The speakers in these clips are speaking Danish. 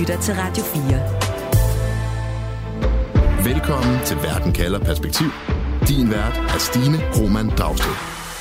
lytter til Radio 4. Velkommen til Verden kalder perspektiv. Din vært er Stine Roman Dragsted.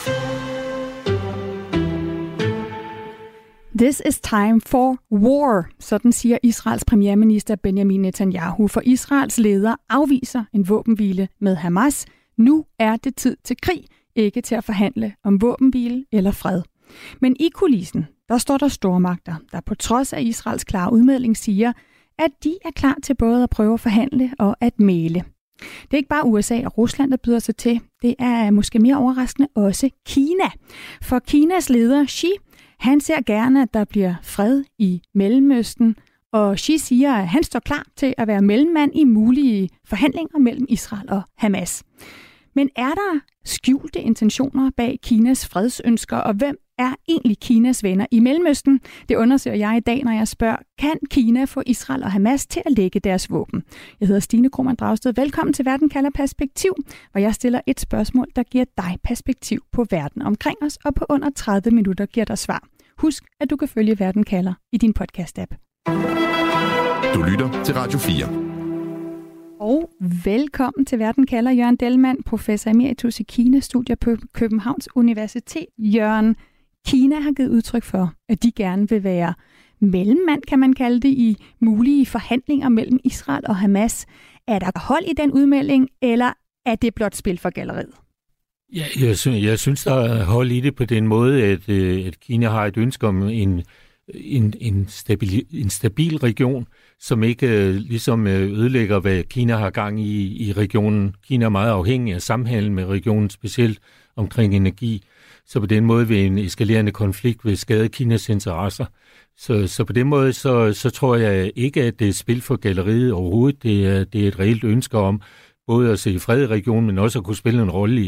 This is time for war, sådan siger Israels premierminister Benjamin Netanyahu, for Israels leder afviser en våbenhvile med Hamas. Nu er det tid til krig, ikke til at forhandle om våbenhvile eller fred. Men i kulissen, der står der stormagter, der på trods af Israels klare udmelding siger, at de er klar til både at prøve at forhandle og at mægle. Det er ikke bare USA og Rusland, der byder sig til. Det er måske mere overraskende også Kina. For Kinas leder Xi, han ser gerne, at der bliver fred i Mellemøsten, og Xi siger, at han står klar til at være mellemmand i mulige forhandlinger mellem Israel og Hamas. Men er der skjulte intentioner bag Kinas fredsønsker, og hvem er egentlig Kinas venner i Mellemøsten? Det undersøger jeg i dag, når jeg spørger, kan Kina få Israel og Hamas til at lægge deres våben? Jeg hedder Stine Roman Dragsted. Velkommen til Verden kalder perspektiv, hvor jeg stiller et spørgsmål, der giver dig perspektiv på verden omkring os, og på under 30 minutter giver dig svar. Husk, at du kan følge Verden kalder i din podcast-app. Du lytter til Radio 4. Og velkommen til Verden kalder Jørgen Delmann, professor emeritus i Kina-studier på Københavns Universitet. Jørgen, Kina har givet udtryk for, at de gerne vil være mellemmand, kan man kalde det, i mulige forhandlinger mellem Israel og Hamas. Er der hold i den udmelding, eller er det blot spil for galleriet? Ja, jeg synes, der er hold i det på den måde, at Kina har et ønske om en stabil region, som ikke ligesom ødelægger, hvad Kina har gang i regionen. Kina er meget afhængig af samhandel med regionen, specielt omkring energi. Så på den måde vil en eskalerende konflikt vil skade Kinas interesser. Så på den måde, så tror jeg ikke, at det er spil for galleriet overhovedet. Det er et reelt ønske om både at se fred i regionen, men også at kunne spille en rolle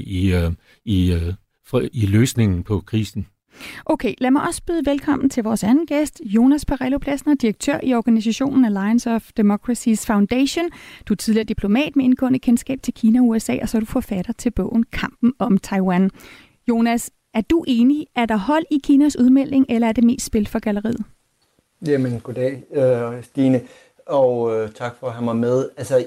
i løsningen på krisen. Okay, lad mig også byde velkommen til vores anden gæst, Jonas Parello-Plesner, direktør i organisationen Alliance of Democracies Foundation. Du er tidligere diplomat med indgående kendskab til Kina og USA, og så er du forfatter til bogen Kampen om Taiwan. Jonas, er du enig? Er der hold i Kinas udmelding, eller er det mest spil for galleriet? Jamen, goddag, Stine, og tak for at have mig med. Altså,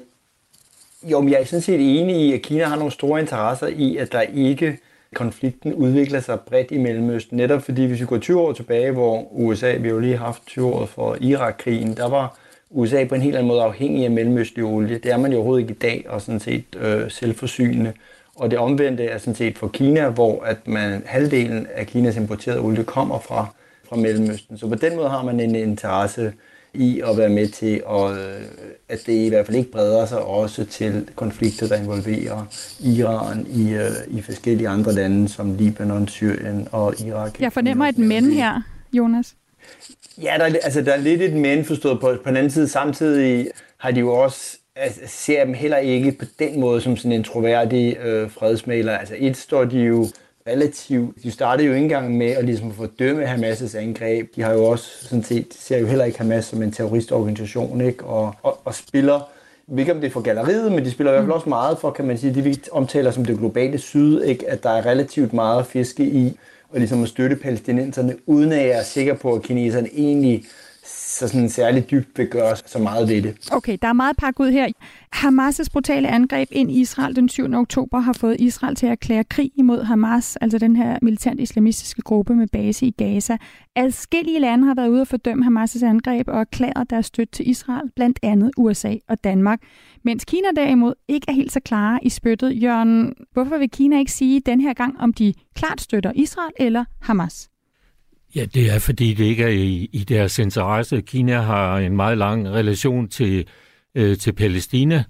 jeg er sådan set enig i, at Kina har nogle store interesser i, at der ikke konflikten udvikler sig bredt i Mellemøsten. Netop fordi, hvis vi går 20 år tilbage, hvor USA, vi har jo lige haft 20 år for Irak-krigen, der var USA på en helt anden måde afhængig af mellemøstlig olie. Det er man jo overhovedet ikke i dag, og sådan set selvforsynende. Og det omvendte er sådan set for Kina, hvor at halvdelen af Kinas importerede olie kommer fra Mellemøsten. Så på den måde har man en interesse i at være med til, at det i hvert fald ikke breder sig også til konflikter, der involverer Iran i forskellige andre lande, som Libanon, Syrien og Irak. Jeg fornemmer et men her, Jonas. Ja, der er lidt et men forstået på den anden side. Samtidig har de jo også, ser dem heller ikke på den måde som sådan en troværdig fredsmægler. Altså står de jo de startede jo ikke engang med at ligesom fordømme Hamas' angreb. De har jo også sådan set, ser jo heller ikke Hamas som en terroristorganisation, ikke? Og spiller, ikke om det er for galleriet, men de spiller i hvert fald også meget for, kan man sige, det vi omtaler som det globale syd, ikke? At der er relativt meget at fiske i, og ligesom at støtte palæstinenserne, uden at jeg er sikker på, at kineserne egentlig så sådan særligt dybt vil gøre så meget ved det. Okay, der er meget pakket ud her. Hamas' brutale angreb ind i Israel den 7. oktober har fået Israel til at erklære krig imod Hamas, altså den her militant islamistiske gruppe med base i Gaza. Adskillige lande har været ude at fordømme Hamas' angreb og erklæret deres støtte til Israel, blandt andet USA og Danmark. Mens Kina derimod ikke er helt så klare i spyttet. Jørgen, hvorfor vil Kina ikke sige den her gang, om de klart støtter Israel eller Hamas? Ja, det er fordi det ikke er i deres interesse. Kina har en meget lang relation til Palæstina.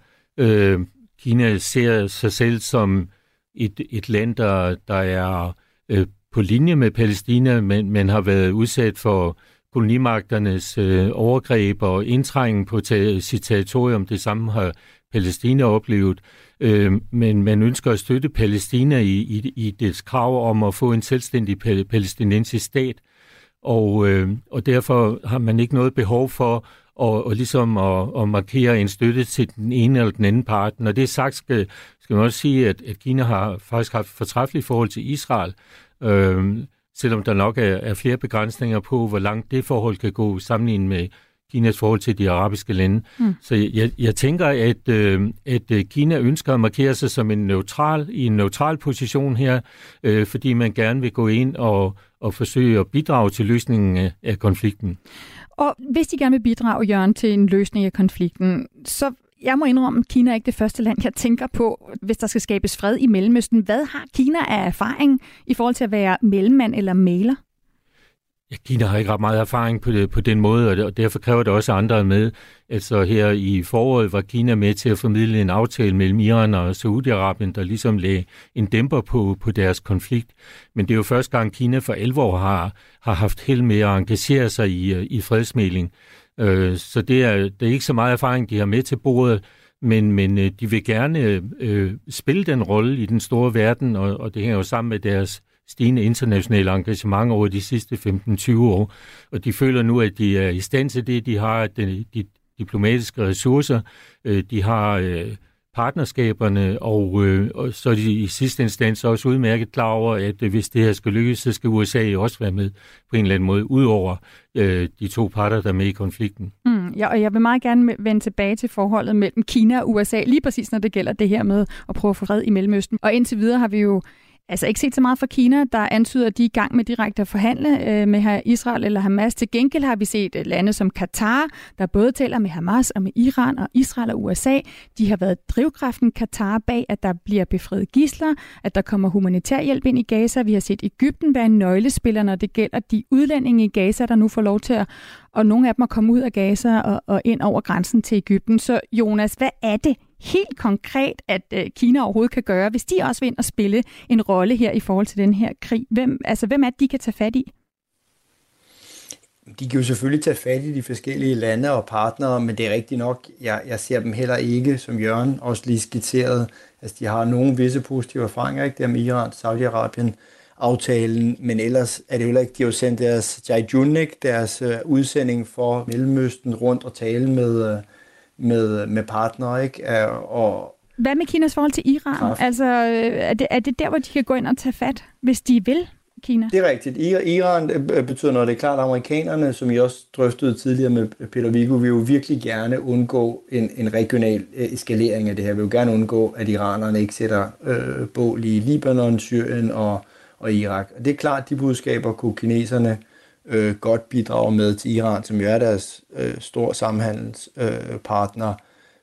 Kina ser sig selv som et land, der er på linje med Palæstina, men har været udsat for kolonimagternes overgreb og indtrængen på sit territorium. Det samme har Palæstina oplevet. Men man ønsker at støtte Palæstina i dets krav om at få en selvstændig palæstinensisk stat. Og derfor har man ikke noget behov for at markere en støtte til den ene eller den anden part. Når det er sagt, skal man også sige, at Kina har faktisk haft fortræffeligt forhold til Israel, selvom der nok er flere begrænsninger på, hvor langt det forhold kan gå sammenlignet med Kinas forhold til de arabiske lande. Så jeg tænker, at Kina ønsker at markere sig som en neutral position her, fordi man gerne vil gå ind og forsøge at bidrage til løsningen af konflikten. Og hvis de gerne vil bidrage, Jørgen, til en løsning af konflikten, så jeg må indrømme, at Kina er ikke det første land, jeg tænker på, hvis der skal skabes fred i Mellemøsten. Hvad har Kina af erfaring i forhold til at være mellemmand eller mægler? Ja, Kina har ikke ret meget erfaring på den måde, og derfor kræver det også andre med. Altså her i foråret var Kina med til at formidle en aftale mellem Iran og Saudi-Arabien, der ligesom lagde en dæmper på deres konflikt. Men det er jo første gang, Kina for 11 år har haft held med at engagere sig i fredsmægling. Så det er ikke så meget erfaring, de har med til bordet, men de vil gerne spille den rolle i den store verden, og det hænger jo sammen med deres stigende internationale engagement over de sidste 15-20 år. Og de føler nu, at de er i stand til det. De har de diplomatiske ressourcer, de har partnerskaberne, og så er de i sidste instans også udmærket klar over, at hvis det her skal lykkes, så skal USA også være med på en eller anden måde, udover de to parter, der er med i konflikten. Ja, og jeg vil meget gerne vende tilbage til forholdet mellem Kina og USA, lige præcis når det gælder det her med at prøve at få fred i Mellemøsten. Og indtil videre har vi jo ikke set så meget fra Kina, der antyder, at de er i gang med direkte at forhandle med Israel eller Hamas. Til gengæld har vi set lande som Katar, der både taler med Hamas og med Iran og Israel og USA. De har været drivkraften Katar bag, at der bliver befriet gidsler, at der kommer humanitær hjælp ind i Gaza. Vi har set Egypten være en nøglespiller, når det gælder de udlændinge i Gaza, der nu får lov til og nogle af dem at komme ud af Gaza og ind over grænsen til Egypten. Så Jonas, hvad er det helt konkret, at Kina overhovedet kan gøre, hvis de også vil ind og spille en rolle her i forhold til den her krig? Hvem er det, de kan tage fat i? De kan jo selvfølgelig tage fat i de forskellige lande og partnere, men det er rigtigt nok, jeg ser dem heller ikke, som Jørgen også lige skitserede. Altså, de har nogle visse positive erfaringer, ikke? Det med Iran, Saudi-Arabien, aftalen, men ellers er det heller ikke, de har jo sendt deres Jaijunik, deres udsending for Mellemøsten rundt og tale med partnere, ikke? Hvad med Kinas forhold til Iran? Altså, er det der, hvor de kan gå ind og tage fat, hvis de vil, Kina? Det er rigtigt. Iran betyder noget. Det er klart, at amerikanerne, som I også drøftede tidligere med Peter Viggo, vil jo virkelig gerne undgå en regional eskalering af det her. Vi vil jo gerne undgå, at iranerne ikke sætter bål i Libanon, Syrien og Irak. Og det er klart, at de budskaber kunne kineserne godt bidrage med til Iran, som jo er deres store samhandelspartner.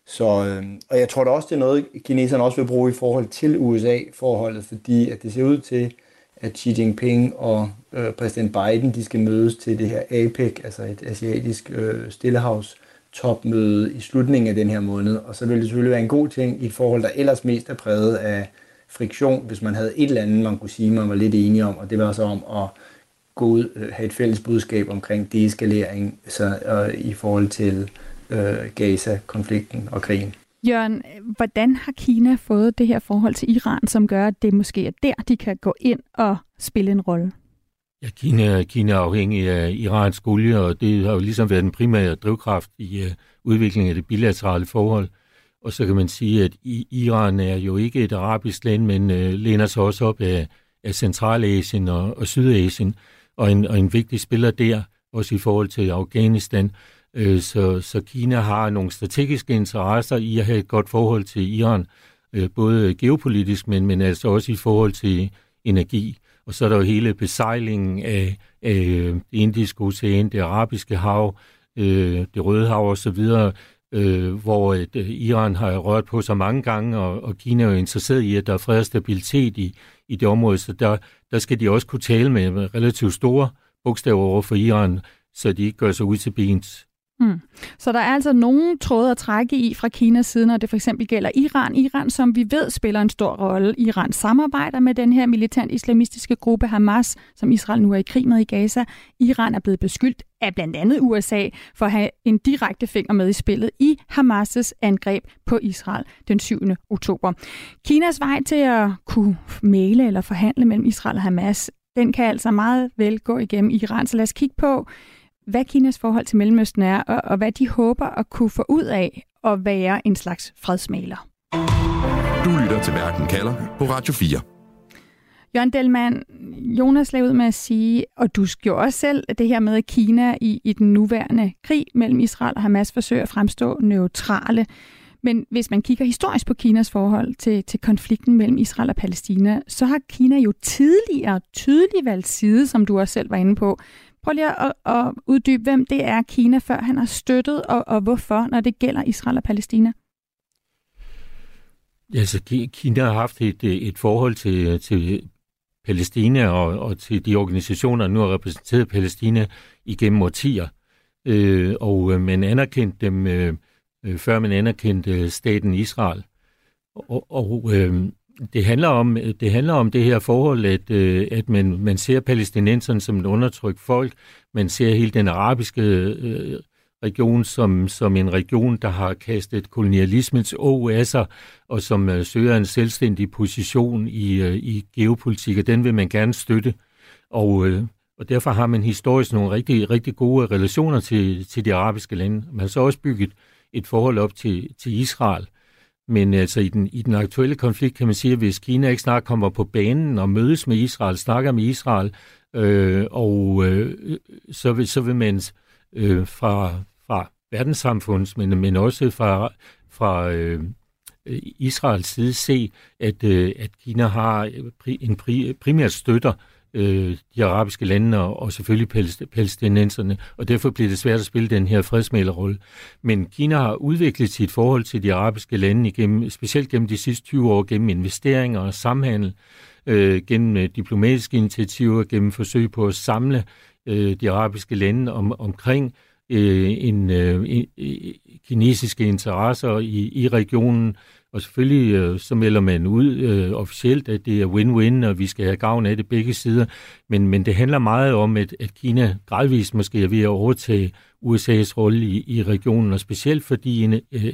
Og jeg tror da også, det er noget, kineserne også vil bruge i forhold til USA-forholdet, fordi at det ser ud til, at Xi Jinping og præsident Biden, de skal mødes til det her APEC, altså et asiatisk stillehavstopmøde i slutningen af den her måned. Og så vil det selvfølgelig være en god ting i et forhold, der ellers mest er præget af friktion, hvis man havde et eller andet, man kunne sige, man var lidt enige om, og det var så om at gå ud, have et fælles budskab omkring deeskalering i forhold til Gaza-konflikten og krigen. Jørgen, hvordan har Kina fået det her forhold til Iran, som gør, at det måske er der, de kan gå ind og spille en rolle? Ja, Kina er afhængig af iransk olie, og det har jo ligesom været den primære drivkraft i udviklingen af det bilaterale forhold. Og så kan man sige, at Iran er jo ikke et arabisk land, men læner sig også op af Centralasien og Sydasien, og en vigtig spiller der, også i forhold til Afghanistan. Så Kina har nogle strategiske interesser i at have et godt forhold til Iran, både geopolitisk, men altså også i forhold til energi. Og så er der jo hele besejlingen af det indiske ocean, det arabiske hav, det røde hav osv., hvor Iran har rørt på sig mange gange, og Kina er jo interesseret i, at der er fred og stabilitet i det område, så der skal de også kunne tale med relativt store bogstaver over for Iran, så de ikke gør sig ud til bens. Så der er altså nogle tråde at trække i fra Kinas side, når det for eksempel gælder Iran. Iran, som vi ved, spiller en stor rolle. Iran samarbejder med den her militant islamistiske gruppe Hamas, som Israel nu er i krig med i Gaza. Iran er blevet beskyldt af blandt andet USA for at have en direkte finger med i spillet i Hamas' angreb på Israel den 7. oktober. Kinas vej til at kunne mægle eller forhandle mellem Israel og Hamas, den kan altså meget vel gå igennem Iran. Så lad os kigge på, hvad Kinas forhold til Mellemøsten er, og hvad de håber at kunne få ud af at være en slags fredsmægler. Du lytter til Verden kalder på Radio 4. Jørgen Delman, Jonas lagde ud med at sige, og du gjorde også selv det her med, at Kina i den nuværende krig mellem Israel og Hamas forsøger at fremstå neutrale. Men hvis man kigger historisk på Kinas forhold til konflikten mellem Israel og Palæstina, så har Kina jo tidligere tydeligt valgt side, som du også selv var inde på. Prøv lige at uddybe, hvem det er Kina, før han har støttet, og hvorfor, når det gælder Israel og Palæstina. Ja, så Kina har haft et forhold til Palæstina og til de organisationer, der nu har repræsenteret Palæstina igennem årtier. Og man anerkendte dem, før man anerkendte staten Israel. Og det handler om det her forhold, at man ser palæstinenserne som et undertrykt folk. Man ser hele den arabiske region som en region, der har kastet kolonialismens åg af sig, og som søger en selvstændig position i geopolitik, og den vil man gerne støtte. Og derfor har man historisk nogle rigtig, rigtig gode relationer til de arabiske lande. Man har så også bygget et forhold op til Israel. Men altså i den aktuelle konflikt kan man sige, at hvis Kina ikke snart kommer på banen og mødes med Israel, snakker med Israel, så vil man fra verdenssamfunds, men også fra Israels side se, at Kina har primært støtter de arabiske lande og selvfølgelig palæstinenserne, og derfor bliver det svært at spille den her fredsmæglerrolle. Men Kina har udviklet sit forhold til de arabiske lande specielt gennem de sidste 20 år, gennem investeringer og samhandel, gennem diplomatiske initiativer, gennem forsøg på at samle de arabiske lande omkring kinesiske interesser i regionen. Og selvfølgelig så melder man ud officielt, at det er win-win, og vi skal have gavn af det begge sider. Men det handler meget om, at Kina gradvist måske er ved at overtage USA's rolle i regionen, og specielt fordi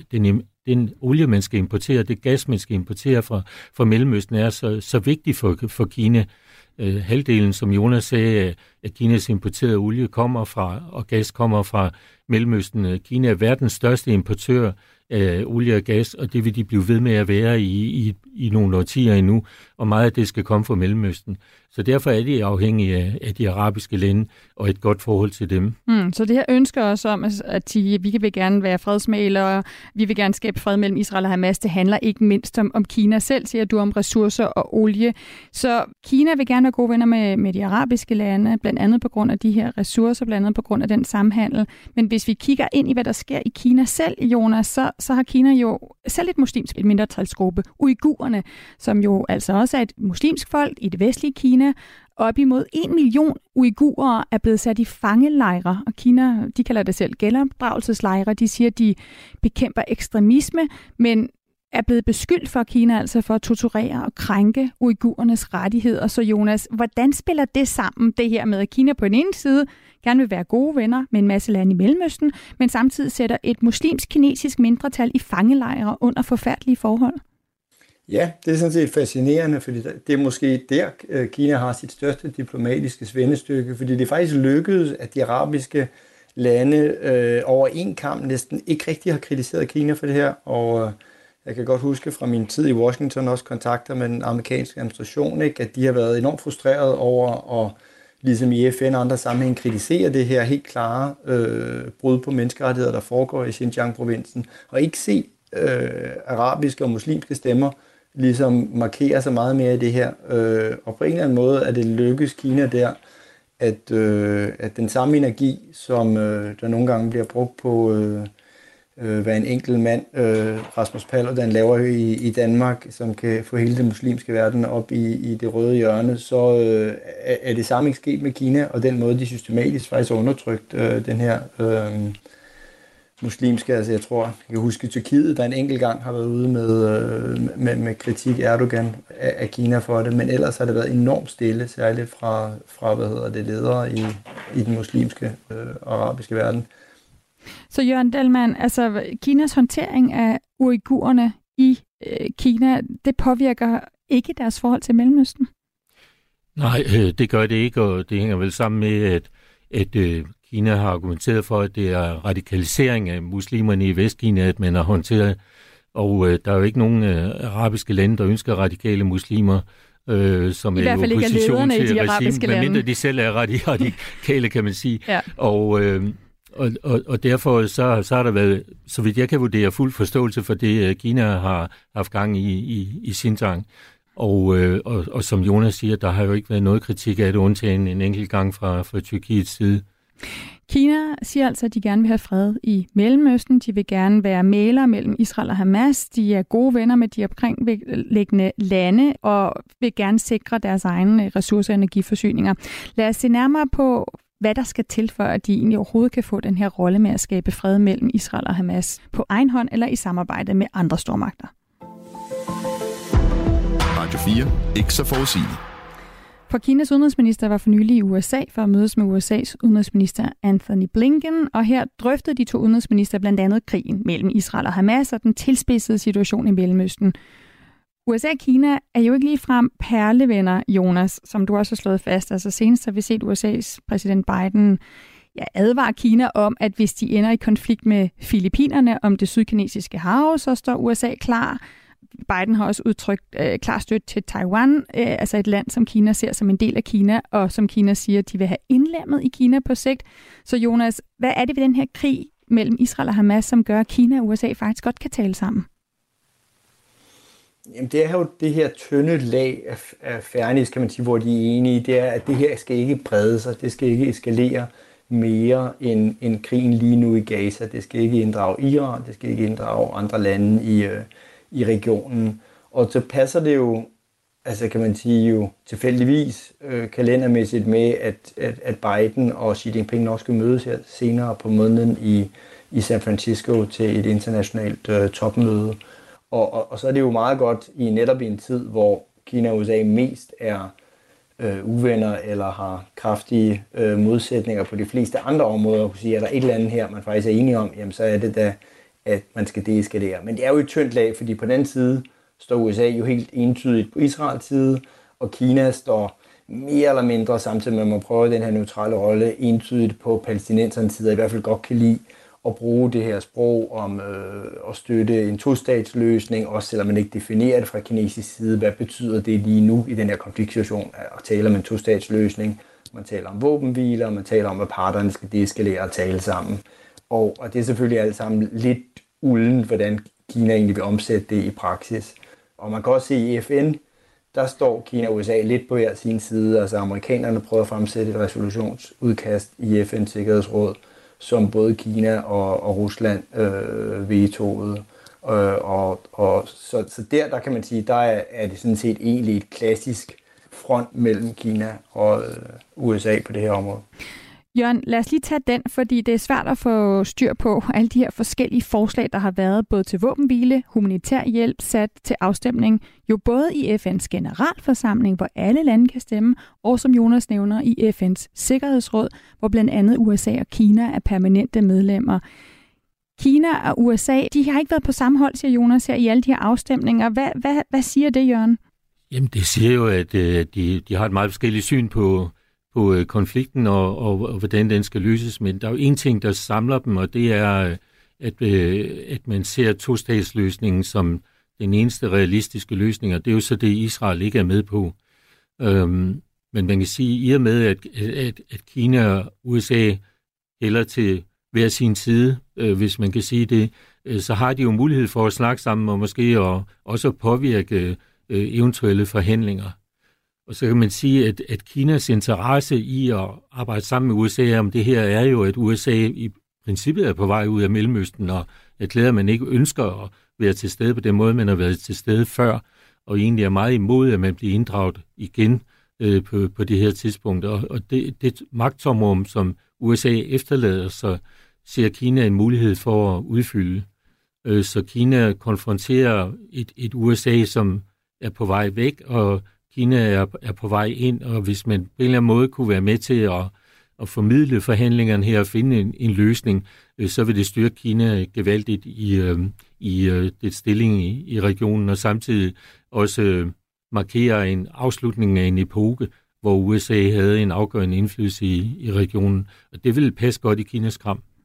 den olie, man skal importere, det gas, man skal importere fra Mellemøsten, er så vigtig for Kina. Halvdelen, som Jonas sagde, at Kinas importerede olie kommer fra, og gas kommer fra Mellemøsten. Kina er verdens største importør af olie og gas, og det vil de blive ved med at være i nogle årtier endnu, og meget af det skal komme fra Mellemøsten. Så derfor er de afhængige af de arabiske lande og et godt forhold til dem. Så det her ønsker også om, at vi vil gerne være fredsmæglere, vi vil gerne skabe fred mellem Israel og Hamas. Det handler ikke mindst om Kina selv, siger du, om ressourcer og olie. Så Kina vil gerne være gode venner med de arabiske lande, blandt andet på grund af de her ressourcer, blandt andet på grund af den samhandel. Men hvis vi kigger ind i, hvad der sker i Kina selv, Jonas, så har Kina jo selv et muslimsk mindretalsgruppe, uigurerne, som jo altså også er et muslimsk folk i det vestlige Kina. Op imod 1 million uigurer er blevet sat i fangelejre, og Kina, de kalder det selv genopdragelseslejre. De siger, at de bekæmper ekstremisme, men er blevet beskyldt for Kina altså for at torturere og krænke uigurernes rettigheder. Så Jonas, hvordan spiller det sammen, det her med, at Kina på den ene side gerne vil være gode venner med en masse lande i Mellemøsten, men samtidig sætter et muslimsk-kinesisk mindretal i fangelejre under forfærdelige forhold? Ja, det er sådan set fascinerende, fordi det er måske der, Kina har sit største diplomatiske svendestykke, fordi det faktisk lykkedes, at de arabiske lande over en kamp næsten ikke rigtig har kritiseret Kina for det her, og jeg kan godt huske fra min tid i Washington også kontakter med den amerikanske administration, ikke, at de har været enormt frustreret over at ligesom i FN og andre sammenhæng kritisere det her helt klare brud på menneskerettigheder, der foregår i Xinjiang-provinsen, og ikke se arabiske og muslimske stemmer ligesom markere sig meget mere i det her. Og på en eller anden måde er det lykkes Kina der, at den samme energi, som der nogle gange bliver brugt på hvad en enkelt mand, Rasmus Paludan, laver i Danmark, som kan få hele den muslimske verden op i det røde hjørne, så er det samme ikke sket med Kina, og den måde, de systematisk faktisk har undertrykt den her muslimske, altså jeg kan huske Tyrkiet, der en enkelt gang har været ude med kritik Erdogan af Kina for det, men ellers har det været enormt stille, særligt fra ledere i den muslimske arabiske verden. Så Jørgen Delman, altså Kinas håndtering af uigurerne i Kina, det påvirker ikke deres forhold til Mellemøsten? Nej, det gør det ikke, og det hænger vel sammen med, at Kina har argumenteret for, at det er radikalisering af muslimerne i Vestkina, at man har håndteret, og der er jo ikke nogen arabiske lande, der ønsker radikale muslimer. som er i opposition til regimet, medmindre de selv er radikale, kan man sige. Ja. Og derfor så har der været, så vidt jeg kan vurdere, fuld forståelse for det, Kina har haft gang i Xinjiang. Og som Jonas siger, der har jo ikke været noget kritik af det, undtagen en enkelt gang fra Tyrkiets side. Kina siger altså, at de gerne vil have fred i Mellemøsten. De vil gerne være mægler mellem Israel og Hamas. De er gode venner med de omkringliggende lande og vil gerne sikre deres egne ressourcer og energiforsyninger. Lad os se nærmere på, hvad der skal til for, at de egentlig overhovedet kan få den her rolle med at skabe fred mellem Israel og Hamas på egen hånd eller i samarbejde med andre stormagter. Radio 4. Ikke så forudsigeligt. For Kinas udenrigsminister var for nylig i USA for at mødes med USA's udenrigsminister Antony Blinken, og her drøftede de to udenrigsminister blandt andet krigen mellem Israel og Hamas og den tilspidsede situation i Mellemøsten. USA og Kina er jo ikke ligefrem perlevenner, Jonas, som du også har slået fast. Altså senest har vi set USA's præsident Biden advarer Kina om, at hvis de ender i konflikt med Filippinerne om det sydkinesiske hav, så står USA klar. Biden har også udtrykt klar støtte til Taiwan, altså et land, som Kina ser som en del af Kina, og som Kina siger, de vil have indlemmet i Kina på sigt. Så Jonas, hvad er det ved den her krig mellem Israel og Hamas, som gør, at Kina og USA faktisk godt kan tale sammen? Jamen, det er jo det her tynde lag af fairness, kan man sige, hvor de er enige. Det er, at det her skal ikke brede sig, det skal ikke eskalere mere end krigen lige nu i Gaza. Det skal ikke inddrage Iran, det skal ikke inddrage andre lande i regionen. Og så passer det jo, altså kan man sige jo tilfældigvis kalendermæssigt med, at Biden og Xi Jinping nok skal mødes her senere på måneden i San Francisco til et internationalt topmøde. Og så er det jo meget godt netop i en tid, hvor Kina og USA mest er uvenner eller har kraftige modsætninger på de fleste andre områder. Og kunne sige, at der er et eller andet her, man faktisk er enige om, jamen så er det da, at man skal deeskalere. Men det er jo et tyndt lag, fordi på den anden side står USA jo helt entydigt på Israels side, og Kina står mere eller mindre, samtidig med at man prøver den her neutrale rolle, entydigt på palæstinensernes side, i hvert fald godt kan lide at bruge det her sprog om at støtte en tostatsløsning, også selvom man ikke definerer det fra kinesisk side. Hvad betyder det lige nu i den her konfliktsituation at tale om en tostatsløsning? Man taler om våbenhviler, man taler om, at parterne skal deeskalere og tale sammen. Og det er selvfølgelig alt sammen lidt ulden, hvordan Kina egentlig vil omsætte det i praksis. Og man kan også se i FN, der står Kina og USA lidt på hver sin side. Altså amerikanerne prøver at fremsætte et resolutionsudkast i FN's Sikkerhedsråd, som både Kina og Rusland vetoede. Så der kan man sige, der er det sådan set egentlig et klassisk front mellem Kina og USA på det her område. Jørgen, lad os lige tage den, fordi det er svært at få styr på alle de her forskellige forslag, der har været både til våbenhvile, humanitær hjælp sat til afstemning, jo både i FN's generalforsamling, hvor alle lande kan stemme, og som Jonas nævner i FN's Sikkerhedsråd, hvor blandt andet USA og Kina er permanente medlemmer. Kina og USA, de har ikke været på samme hold, siger Jonas her i alle de her afstemninger. Hvad siger det, Jørgen? Jamen, det siger jo, at de har et meget forskelligt syn på konflikten og hvordan den skal løses. Men der er jo en ting, der samler dem, og det er, at man ser tostatsløsningen som den eneste realistiske løsning, og det er jo så det, Israel ikke er med på. Men man kan sige, i og med, at Kina og USA hælder til hver sin side, hvis man kan sige det, så har de jo mulighed for at snakke sammen og måske også påvirke eventuelle forhandlinger. Og så kan man sige, at Kinas interesse i at arbejde sammen med USA om det her er jo, at USA i princippet er på vej ud af Mellemøsten, og erklærer, at man ikke ønsker at være til stede på den måde, man har været til stede før, og egentlig er meget imod, at man bliver inddraget igen på det her tidspunkt. Og det magttomrum, som USA efterlader, så ser Kina en mulighed for at udfylde. Så Kina konfronterer et USA, som er på vej væk, og Kina er på vej ind, og hvis man på en eller anden måde kunne være med til at formidle forhandlingerne her og finde en løsning, så vil det styrke Kina gevaldigt i det stilling i regionen, og samtidig også markere en afslutning af en epoke, hvor USA havde en afgørende indflydelse i regionen. Og det vil passe godt i Kinas kram.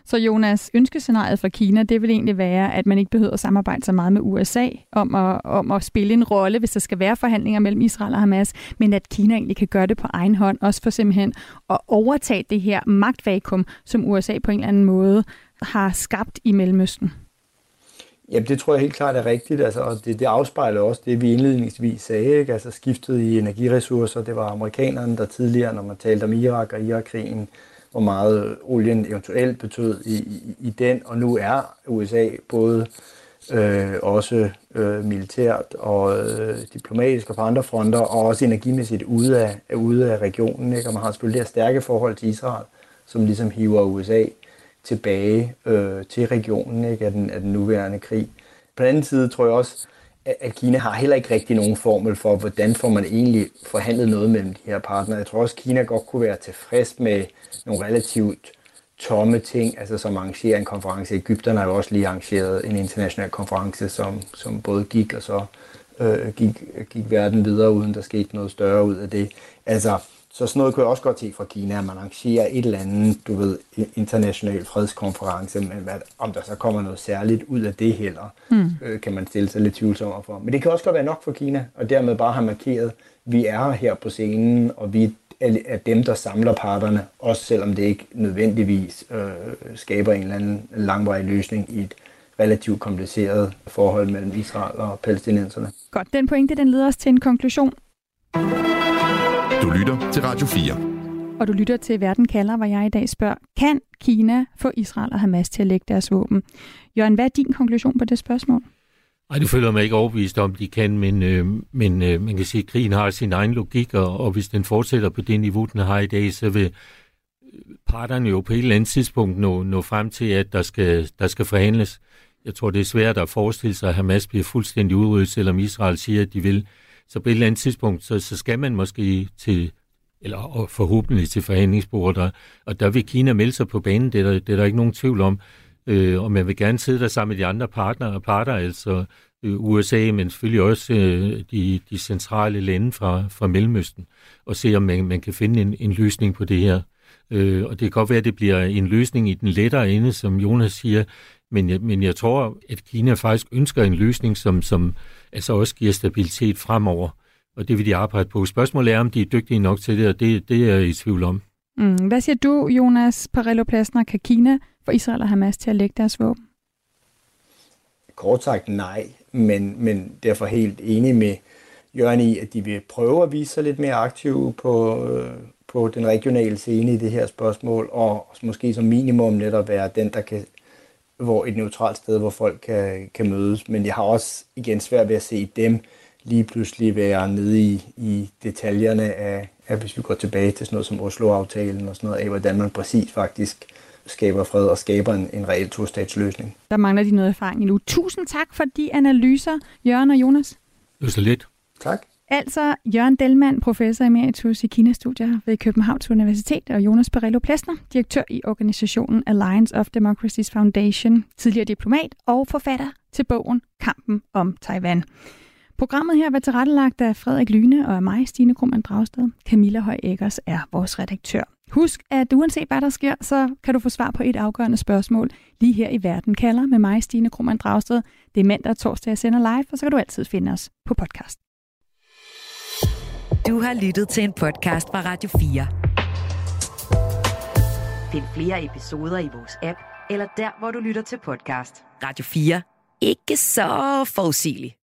Så Jonas, ønskescenariet for Kina, det vil egentlig være, at man ikke behøver at samarbejde så meget med USA om at spille en rolle, hvis der skal være forhandlinger mellem Israel og Hamas, men at Kina egentlig kan gøre det på egen hånd, også for simpelthen at overtage det her magtvakuum, som USA på en eller anden måde har skabt i Mellemøsten. Jamen, det tror jeg helt klart er rigtigt, altså, og det afspejler også det, vi indledningsvis sagde, ikke? Altså skiftet i energiressourcer. Det var amerikanerne, der tidligere, når man talte om Irak og Irakkrigen, hvor meget olien eventuelt betød i den, og nu er USA både også militært og diplomatisk og på andre fronter, og også energimæssigt ude af regionen, ikke? Og man har selvfølgelig et stærke forhold til Israel, som ligesom hiver USA tilbage til regionen, ikke, af den nuværende krig. På den anden side tror jeg også, at Kina har heller ikke rigtig nogen formel for, hvordan får man egentlig forhandlet noget mellem de her partnere. Jeg tror også, at Kina godt kunne være tilfreds med nogle relativt tomme ting, altså som arrangerer en konference. Egypterne har jo også lige arrangeret en international konference, som både gik og så gik verden videre, uden der skete noget større ud af det. Altså, så sådan noget kunne jeg også godt se fra Kina, at man arrangerer et eller andet, international fredskonference, men om der så kommer noget særligt ud af det heller, kan man stille sig lidt tvivlsom for. Men det kan også godt være nok for Kina, og dermed bare have markeret, at vi er her på scenen, og vi er dem, der samler parterne, også selvom det ikke nødvendigvis skaber en eller anden langvarig løsning i et relativt kompliceret forhold mellem Israel og palæstinenserne. Godt, den pointe, den leder os til en konklusion. Du lytter til Radio 4. Og du lytter til Verden kalder, hvor jeg i dag spørger, kan Kina få Israel og Hamas til at lægge deres våben? Jørgen, hvad er din konklusion på det spørgsmål? Nej, det føler mig ikke overbevist om, de kan, men man kan sige, at krigen har sin egen logik, og hvis den fortsætter på det niveau, den har i dag, så vil parterne jo på et eller andet tidspunkt nå frem til, at der skal forhandles. Jeg tror, det er svært at forestille sig, at Hamas bliver fuldstændig udryddet, selvom Israel siger, at de vil. Så på et eller andet tidspunkt, så skal man måske eller forhåbentlig til forhandlingsbordet, og der vil Kina melde sig på banen, det er der ikke nogen tvivl om. Og man vil gerne sidde der sammen med de andre parter, altså USA, men selvfølgelig også de centrale lande fra Mellemøsten, og se om man kan finde en løsning på det her. Og det kan godt være, at det bliver en løsning i den lettere ende, som Jonas siger, men jeg tror, at Kina faktisk ønsker en løsning, som altså også giver stabilitet fremover, og det vil de arbejde på. Spørgsmålet er, om de er dygtige nok til det, og det er jeg i tvivl om. Hvad siger du, Jonas Parello-Plesner? Kan Kina få Israel og Hamas til at lægge deres våben? Kort sagt nej, men derfor helt enig med Jørgen i, at de vil prøve at vise sig lidt mere aktive på den regionale scene i det her spørgsmål, og måske som minimum netop være den, der kan, hvor et neutralt sted, hvor folk kan mødes. Men jeg har også igen svært ved at se dem lige pludselig være nede i detaljerne af, hvis vi går tilbage til sådan noget som Oslo-aftalen og sådan noget af, hvordan man præcis faktisk skaber fred og skaber en reel to-statsløsning. Der mangler de noget erfaring nu. Tusind tak for de analyser, Jørgen og Jonas. Det var så lidt. Tak. Altså Jørgen Delman, professor emeritus i Kina-studier ved Københavns Universitet, og Jonas Parello-Plesner, direktør i organisationen Alliance of Democracies Foundation, tidligere diplomat og forfatter til bogen Kampen om Taiwan. Programmet her var tilrettelagt af Frederik Lyne og af mig, Stine Krohmann Dragsted. Camilla Høj Eggers er vores redaktør. Husk, at uanset hvad der sker, så kan du få svar på et afgørende spørgsmål lige her i Verden kalder med mig, Stine Krohmann Dragsted. Det er mandag og torsdag, jeg sender live, og så kan du altid finde os på podcast. Du har lyttet til en podcast fra Radio 4. Find flere episoder i vores app, eller der, hvor du lytter til podcast. Radio 4. Ikke så forudsigeligt.